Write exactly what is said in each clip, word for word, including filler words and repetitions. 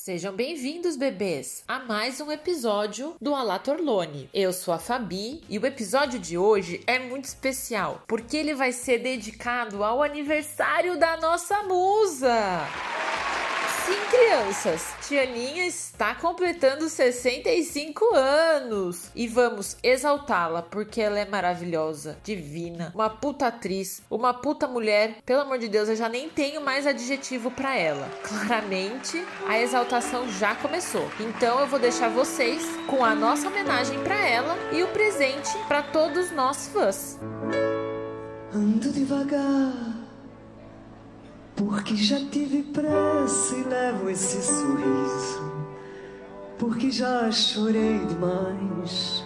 Sejam bem-vindos, bebês, a mais um episódio do Alá Torlone. Eu sou a Fabi e o episódio de hoje é muito especial, porque ele vai ser dedicado ao aniversário da nossa musa. Sim, crianças, Tianinha está completando sessenta e cinco anos e vamos exaltá-la porque ela é maravilhosa, divina, uma puta atriz, uma puta mulher. Pelo amor de Deus, eu já nem tenho mais adjetivo pra ela. Claramente, a exaltação já começou. Então eu vou deixar vocês com a nossa homenagem pra ela e o presente pra todos nós fãs. Ando devagar, porque já tive pressa e levo esse sorriso, porque já chorei demais.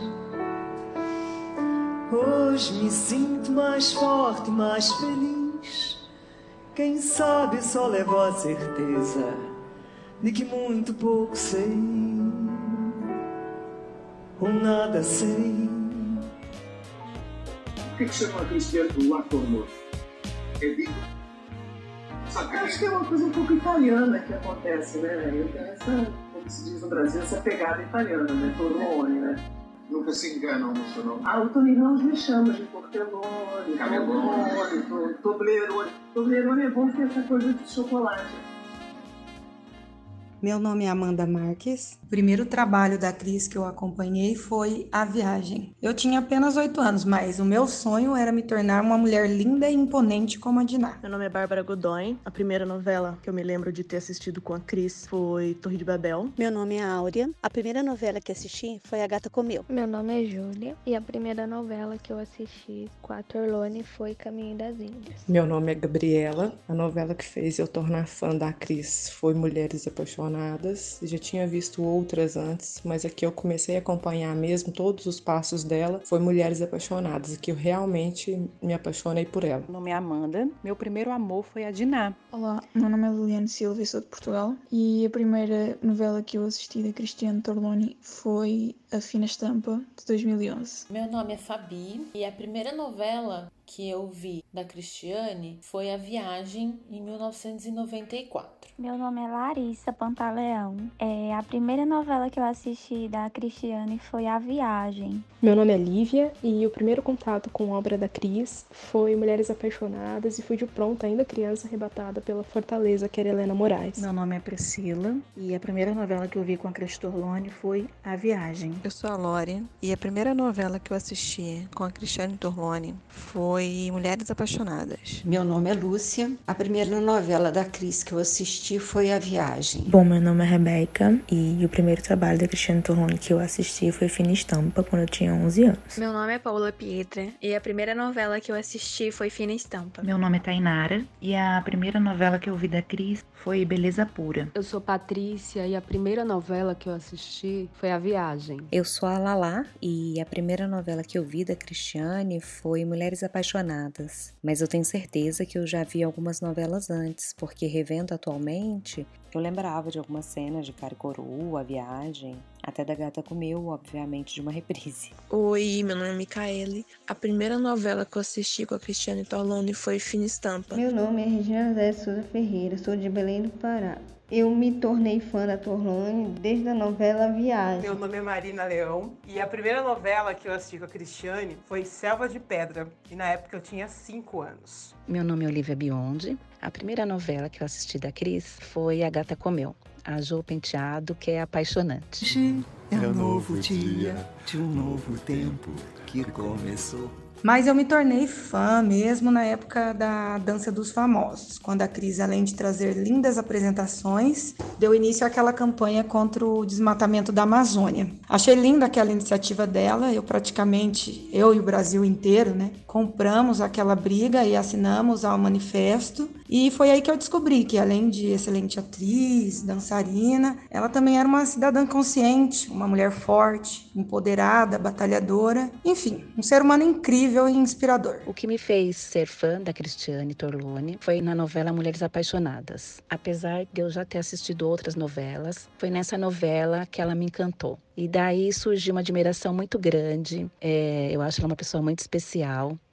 Hoje me sinto mais forte, mais feliz. Quem sabe só levou a certeza de que muito pouco sei, ou nada sei. Por que que chama a Cristiano do Alá Torlone? É digo. Acho que é uma coisa um pouco italiana que acontece, né? Eu tenho essa, como se diz no Brasil, essa pegada italiana, né? Torlone, né? Nunca se enganam no seu nome. Ah, o Tonilão me chama de Portelone, Camelone, Toblerone. Toblerone é bom porque essa coisa de chocolate. Meu nome é Amanda Marques. O primeiro trabalho da Cris que eu acompanhei foi A Viagem. Eu tinha apenas oito anos, mas o meu sonho era me tornar uma mulher linda e imponente como a Diná. Meu nome é Bárbara Godoy. A primeira novela que eu me lembro de ter assistido com a Cris foi Torre de Babel. Meu nome é Áurea. A primeira novela que assisti foi A Gata Comeu. Meu nome é Júlia e a primeira novela que eu assisti com a Torlone foi Caminho das Índias. Meu nome é Gabriela. A novela que fez eu tornar fã da Cris foi Mulheres Apaixonadas. Já tinha visto outras antes, mas aqui eu comecei a acompanhar mesmo todos os passos dela. Foi Mulheres Apaixonadas, que eu realmente me apaixonei por ela. Meu nome é Amanda. Meu primeiro amor foi a Diná. Olá, meu nome é Liliane Silva e sou de Portugal. E a primeira novela que eu assisti da Cristiano Torlone foi A Fina Estampa, de dois mil e onze. Meu nome é Fabi e a primeira novela que eu vi da Cristiane foi A Viagem, em mil novecentos e noventa e quatro. Meu nome é Larissa Pantaleão. É, a primeira novela que eu assisti da Cristiane foi A Viagem. Meu nome é Lívia e o primeiro contato com a obra da Cris foi Mulheres Apaixonadas e fui de pronto, ainda criança, arrebatada pela fortaleza que era Helena Moraes. Meu nome é Priscila e a primeira novela que eu vi com a Cris Torlone foi A Viagem. Eu sou a Lore e a primeira novela que eu assisti com a Cristiane Torlone foi Mulheres Apaixonadas. Meu nome é Lúcia. A primeira novela da Cris que eu assisti foi A Viagem. Bom, meu nome é Rebeca e o primeiro trabalho da Cristiane Torlone que eu assisti foi Fina Estampa, quando eu tinha onze anos. Meu nome é Paula Pietra e a primeira novela que eu assisti foi Fina Estampa. Meu nome é Tainara e a primeira novela que eu vi da Cris foi Beleza Pura. Eu sou Patrícia e a primeira novela que eu assisti foi A Viagem. Eu sou a Lala e a primeira novela que eu vi da Cristiane foi Mulheres Apaixonadas. Mas eu tenho certeza que eu já vi algumas novelas antes, porque revendo atualmente, eu lembrava de algumas cenas de Caricoru, A Viagem, até da Gata Comeu, obviamente, de uma reprise. Oi, meu nome é Micaele. A primeira novela que eu assisti com a Cristiane Torlone foi Fina Estampa. Meu nome é Regina Zé Souza Ferreira, sou de Belém do Pará. Eu me tornei fã da Torlone desde a novela Viagem. Meu nome é Marina Leão e a primeira novela que eu assisti com a Cristiane foi Selva de Pedra, e na época eu tinha cinco anos. Meu nome é Olivia Biondi. A primeira novela que eu assisti da Cris foi A Gata Comeu, a Jô Penteado, que é apaixonante. Hoje é um novo dia de um novo tempo que começou. Mas eu me tornei fã mesmo na época da Dança dos Famosos, quando a Cris, além de trazer lindas apresentações, deu início àquela campanha contra o desmatamento da Amazônia. Achei linda aquela iniciativa dela, eu praticamente, eu e o Brasil inteiro, né, compramos aquela briga e assinamos ao manifesto. E foi aí que eu descobri que, além de excelente atriz, dançarina, ela também era uma cidadã consciente, uma mulher forte, empoderada, batalhadora, enfim, um ser humano incrível e inspirador. O que me fez ser fã da Cristiane Torlone foi na novela Mulheres Apaixonadas. Apesar de eu já ter assistido outras novelas, foi nessa novela que ela me encantou. E daí surgiu uma admiração muito grande. É, eu acho ela uma pessoa muito especial.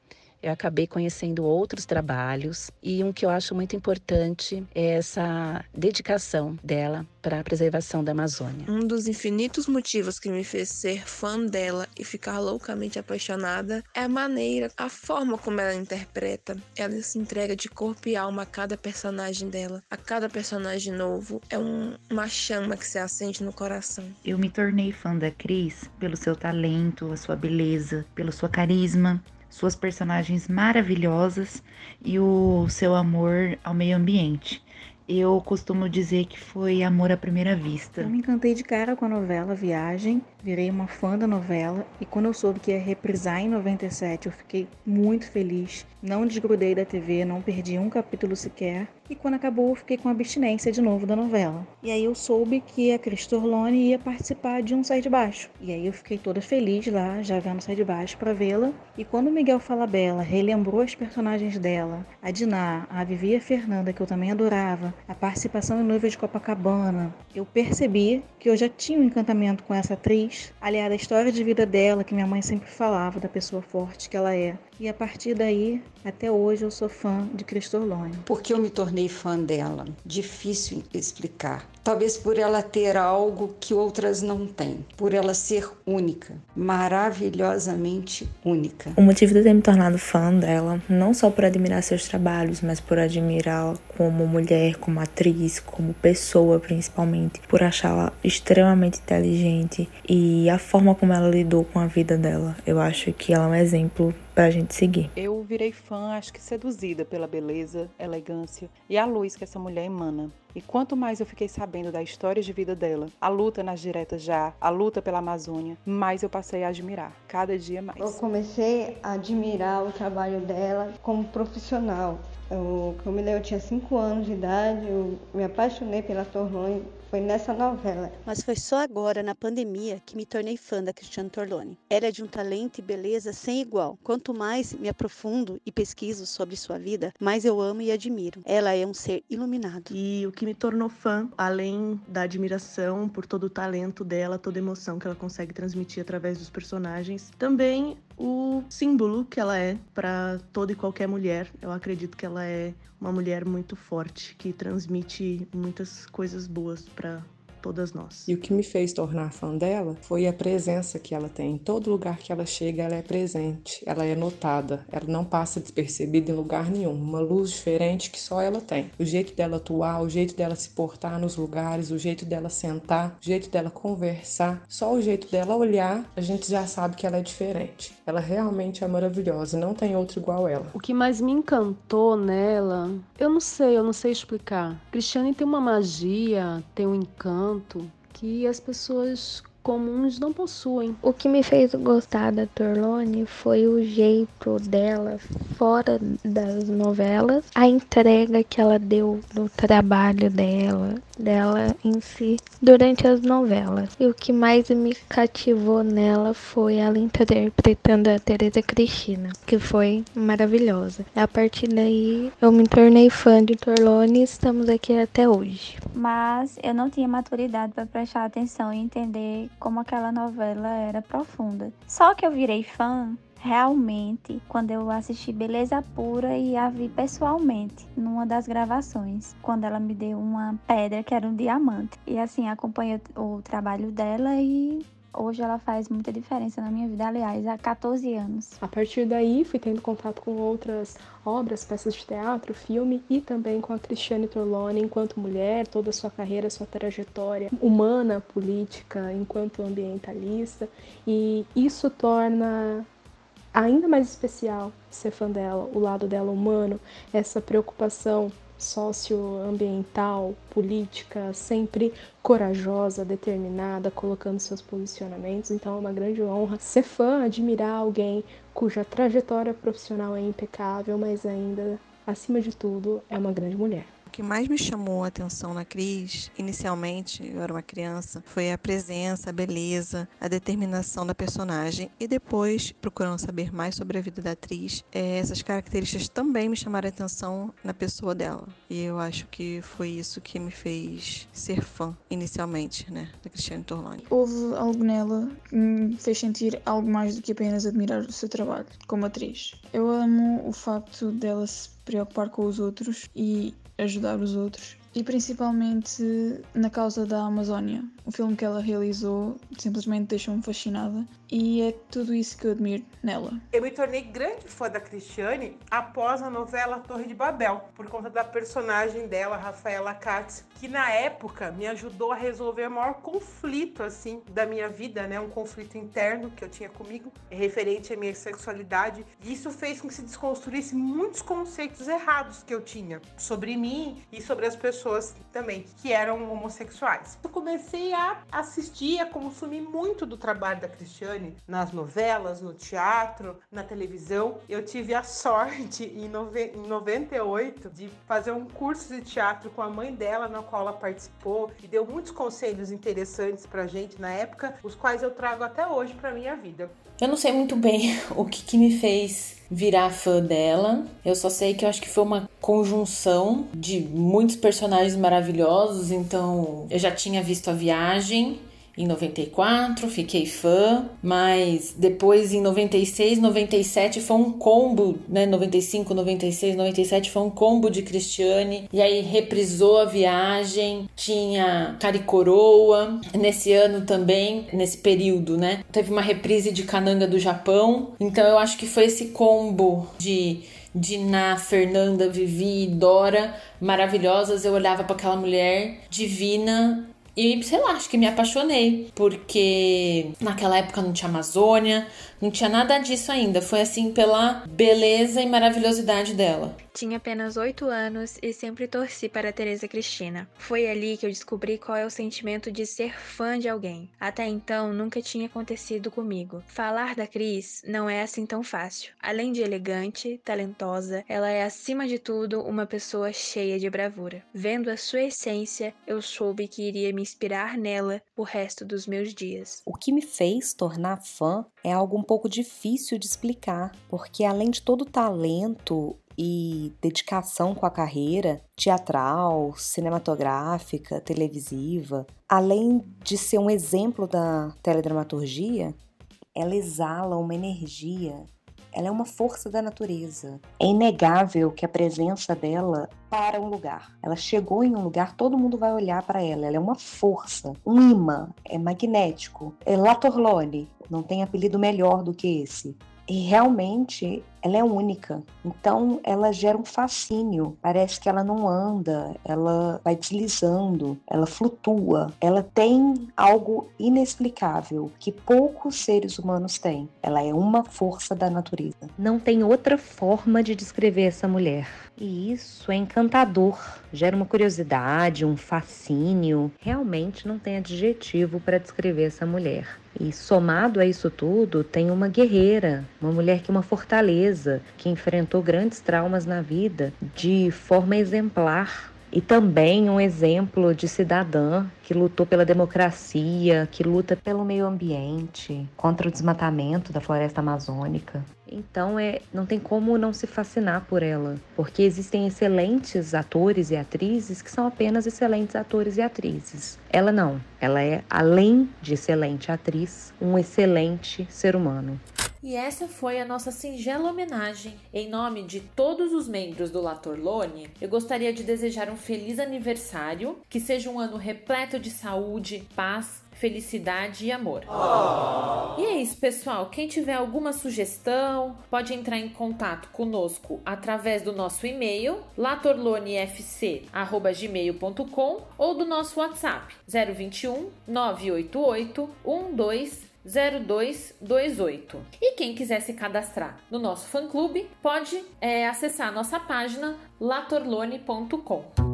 eu acabei conhecendo outros trabalhos e um que eu acho muito importante é essa dedicação dela para a preservação da Amazônia. Um dos infinitos motivos que me fez ser fã dela e ficar loucamente apaixonada é a maneira, a forma como ela interpreta. Ela se entrega de corpo e alma a cada personagem dela. A cada personagem novo é um, uma chama que se acende no coração. Eu me tornei fã da Cris pelo seu talento, a sua beleza, pelo seu carisma, suas personagens maravilhosas e o seu amor ao meio ambiente. Eu costumo dizer que foi amor à primeira vista. Eu me encantei de cara com a novela Viagem, virei uma fã da novela e quando eu soube que ia reprisar em noventa e sete, eu fiquei muito feliz. Não desgrudei da T V, não perdi um capítulo sequer e quando acabou eu fiquei com abstinência de novo da novela. E aí eu soube que a Cris Torlone ia participar de um Sai de Baixo. E aí eu fiquei toda feliz lá, já vendo Sai de Baixo pra vê-la. E quando o Miguel Falabella relembrou as personagens dela, a Diná, a Vivi e a Fernanda, que eu também adorava, a participação em Noiva de Copacabana, eu percebi que eu já tinha um encantamento com essa atriz, aliada à história de vida dela, que minha mãe sempre falava, da pessoa forte que ela é. E a partir daí, até hoje, eu sou fã de Cris Torlone. Por que eu me tornei fã dela? Difícil explicar. Talvez por ela ter algo que outras não têm. Por ela ser única. Maravilhosamente única. O motivo de eu ter me tornado fã dela, não só por admirar seus trabalhos, mas por admirá-la como mulher, como atriz, como pessoa principalmente. Por achá-la extremamente inteligente e a forma como ela lidou com a vida dela. Eu acho que ela é um exemplo pra gente seguir. Eu virei fã, acho que seduzida pela beleza, elegância e a luz que essa mulher emana. E quanto mais eu fiquei sabendo da história de vida dela, a luta nas diretas já, a luta pela Amazônia, mais eu passei a admirar, cada dia mais. Eu comecei a admirar o trabalho dela como profissional. Eu, como eu tinha cinco anos de idade, eu me apaixonei pela Torlone. Foi nessa novela. Mas foi só agora, na pandemia, que me tornei fã da Cristiane Torlone. Ela é de um talento e beleza sem igual. Quanto mais me aprofundo e pesquiso sobre sua vida, mais eu amo e admiro. Ela é um ser iluminado. E o que me tornou fã, além da admiração por todo o talento dela, toda a emoção que ela consegue transmitir através dos personagens, também o símbolo que ela é para toda e qualquer mulher. Eu acredito que ela é uma mulher muito forte, que transmite muitas coisas boas para todas nós. E o que me fez tornar fã dela foi a presença que ela tem. Em todo lugar que ela chega, ela é presente, ela é notada, ela não passa despercebida em lugar nenhum. Uma luz diferente que só ela tem. O jeito dela atuar, o jeito dela se portar nos lugares, o jeito dela sentar, o jeito dela conversar, só o jeito dela olhar, a gente já sabe que ela é diferente. Ela realmente é maravilhosa, não tem outra igual ela. O que mais me encantou nela, eu não sei, eu não sei explicar. Cristiane tem uma magia, tem um encanto que as pessoas comuns não possuem. O que me fez gostar da Torlone foi o jeito dela fora das novelas, a entrega que ela deu no trabalho dela, dela em si, durante as novelas. E o que mais me cativou nela foi ela interpretando a Teresa Cristina, que foi maravilhosa. A partir daí, eu me tornei fã de Torlone e estamos aqui até hoje. Mas eu não tinha maturidade para prestar atenção e entender como aquela novela era profunda. Só que eu virei fã realmente quando eu assisti Beleza Pura e a vi pessoalmente numa das gravações, quando ela me deu uma pedra que era um diamante. E assim, acompanhei o trabalho dela e hoje ela faz muita diferença na minha vida, aliás, há quatorze anos. A partir daí, fui tendo contato com outras obras, peças de teatro, filme e também com a Cristiane Torlone enquanto mulher, toda a sua carreira, sua trajetória humana, política, enquanto ambientalista. E isso torna ainda mais especial ser fã dela, o lado dela humano, essa preocupação socioambiental, política, sempre corajosa, determinada, colocando seus posicionamentos. Então é uma grande honra ser fã, admirar alguém cuja trajetória profissional é impecável, mas ainda, acima de tudo, é uma grande mulher. que mais me chamou a atenção na Cris, inicialmente, eu era uma criança, foi a presença, a beleza, a determinação da personagem. E depois, procurando saber mais sobre a vida da atriz, é, essas características também me chamaram a atenção na pessoa dela. E eu acho que foi isso que me fez ser fã, inicialmente, né, da Cristiane Torloni. Houve algo nela que me fez sentir algo mais do que apenas admirar o seu trabalho como atriz. Eu amo o facto dela se preocupar com os outros e ajudar os outros. E principalmente na causa da Amazónia. O filme que ela realizou simplesmente deixou-me fascinada e é tudo isso que eu admiro nela. Eu me tornei grande fã da Cristiane após a novela Torre de Babel, por conta da personagem dela, Rafaela Katz, que na época me ajudou a resolver o maior conflito assim da minha vida, né? Um conflito interno que eu tinha comigo, referente à minha sexualidade. E isso fez com que se desconstruísse muitos conceitos errados que eu tinha sobre mim e sobre as pessoas também que eram homossexuais. Eu comecei a assistir, a consumir muito do trabalho da Cristiane nas novelas, no teatro, na televisão. Eu tive a sorte em noventa e oito de fazer um curso de teatro com a mãe dela, na qual ela participou e deu muitos conselhos interessantes pra gente na época, os quais eu trago até hoje pra minha vida. Eu não sei muito bem o que, que me fez virar fã dela. Eu só sei que eu acho que foi uma conjunção de muitos personagens maravilhosos. Então, eu já tinha visto A Viagem em noventa e quatro, fiquei fã, mas depois em noventa e seis, noventa e sete foi um combo, né? noventa e cinco, noventa e seis, noventa e sete foi um combo de Cristiane, e aí reprisou A Viagem, tinha Cara e Coroa, nesse ano também, nesse período, né? Teve uma reprise de Cananga do Japão, então eu acho que foi esse combo de Diná, Fernanda, Vivi e Dora maravilhosas. Eu olhava para aquela mulher divina e, sei lá, acho que me apaixonei, porque naquela época não tinha Amazônia, não tinha nada disso ainda. Foi assim pela beleza e maravilhosidade dela. Tinha apenas oito anos e sempre torci para Teresa Cristina. Foi ali que eu descobri qual é o sentimento de ser fã de alguém. Até então, nunca tinha acontecido comigo. Falar da Cris não é assim tão fácil. Além de elegante, talentosa, ela é acima de tudo uma pessoa cheia de bravura. Vendo a sua essência, eu soube que iria me inspirar nela o resto dos meus dias. O que me fez tornar fã é algo um pouco difícil de explicar, porque além de todo o talento e dedicação com a carreira teatral, cinematográfica, televisiva, além de ser um exemplo da teledramaturgia, ela exala uma energia, ela é uma força da natureza. É inegável que a presença dela para um lugar. Ela chegou em um lugar, todo mundo vai olhar para ela. Ela é uma força, um imã, é magnético. É La Torloni, não tem apelido melhor do que esse. E realmente ela é única, então ela gera um fascínio, parece que ela não anda, ela vai deslizando, ela flutua, ela tem algo inexplicável que poucos seres humanos têm, ela é uma força da natureza. Não tem outra forma de descrever essa mulher, e isso é encantador, gera uma curiosidade, um fascínio, realmente não tem adjetivo para descrever essa mulher. E somado a isso tudo, tem uma guerreira, uma mulher que é uma fortaleza, que enfrentou grandes traumas na vida de forma exemplar. E também um exemplo de cidadã que lutou pela democracia, que luta pelo meio ambiente, contra o desmatamento da floresta amazônica. Então é, não tem como não se fascinar por ela, porque existem excelentes atores e atrizes que são apenas excelentes atores e atrizes. Ela não, ela é, além de excelente atriz, um excelente ser humano. E essa foi a nossa singela homenagem. Em nome de todos os membros do La Torloni, eu gostaria de desejar um feliz aniversário, que seja um ano repleto de saúde, paz, felicidade e amor. Oh. E é isso, pessoal. Quem tiver alguma sugestão, pode entrar em contato conosco através do nosso e-mail, latorlonifc arroba gmail ponto com, ou do nosso WhatsApp zero vinte e um, nove oito oito, um dois zero dois dois oito. E quem quiser se cadastrar no nosso fã-clube, pode é, acessar a nossa página latorlone ponto com.